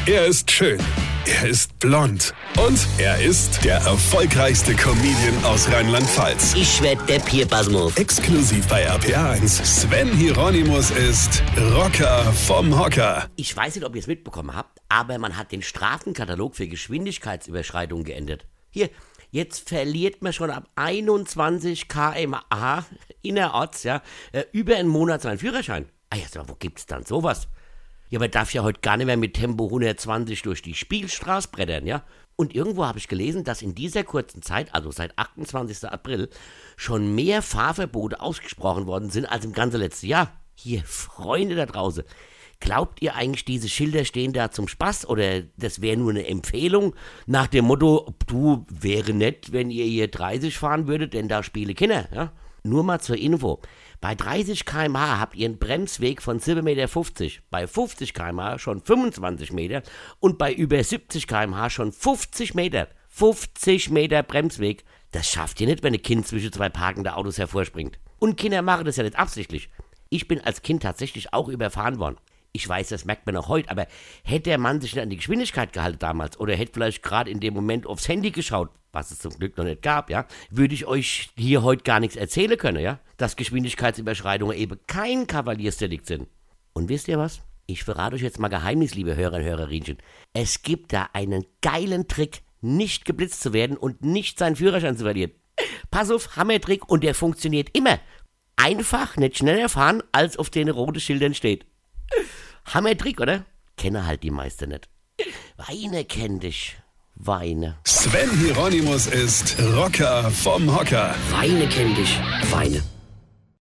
Er ist schön. Er ist blond. Und er ist der erfolgreichste Comedian aus Rheinland-Pfalz. Ich werd der Pierpasmus. Exklusiv bei RPA1. Sven Hieronymus ist Rocker vom Hocker. Ich weiß nicht, ob ihr es mitbekommen habt, aber man hat den Strafenkatalog für Geschwindigkeitsüberschreitungen geändert. Hier, jetzt verliert man schon ab 21 km/h innerorts, über einen Monat seinen Führerschein. Wo gibt's dann sowas? Ja, man darf ja heute gar nicht mehr mit Tempo 120 durch die Spielstraße brettern, ja? Und irgendwo habe ich gelesen, dass in dieser kurzen Zeit, also seit 28. April, schon mehr Fahrverbote ausgesprochen worden sind als im ganzen letzten Jahr. Hier, Freunde da draußen, glaubt ihr eigentlich, diese Schilder stehen da zum Spaß oder das wäre nur eine Empfehlung nach dem Motto, du, wäre nett, wenn ihr hier 30 fahren würdet, denn da spiele Kinder, ja? Nur mal zur Info. Bei 30 km/h habt ihr einen Bremsweg von 7,50 Meter, bei 50 km/h schon 25 Meter und bei über 70 km/h schon 50 Meter. 50 Meter Bremsweg, das schafft ihr nicht, wenn ein Kind zwischen zwei parkende Autos hervorspringt. Und Kinder machen das ja nicht absichtlich. Ich bin als Kind tatsächlich auch überfahren worden. Ich weiß, das merkt man auch heute, aber hätte der Mann sich nicht an die Geschwindigkeit gehalten damals oder hätte vielleicht gerade in dem Moment aufs Handy geschaut, was es zum Glück noch nicht gab, ja, würde ich euch hier heute gar nichts erzählen können, ja, dass Geschwindigkeitsüberschreitungen eben kein Kavaliersdelikt sind. Und wisst ihr was? Ich verrate euch jetzt mal Geheimnis, liebe Hörer und Hörerinchen. Es gibt da einen geilen Trick, nicht geblitzt zu werden und nicht seinen Führerschein zu verlieren. Pass auf, Hammertrick und der funktioniert immer. Einfach nicht schneller fahren, als auf den roten Schildern steht. Hammertrick, oder? Kenne halt die meisten nicht. Weine kenn dich. Weine. Sven Hieronymus ist Rocker vom Hocker. Weine kenn dich. Weine.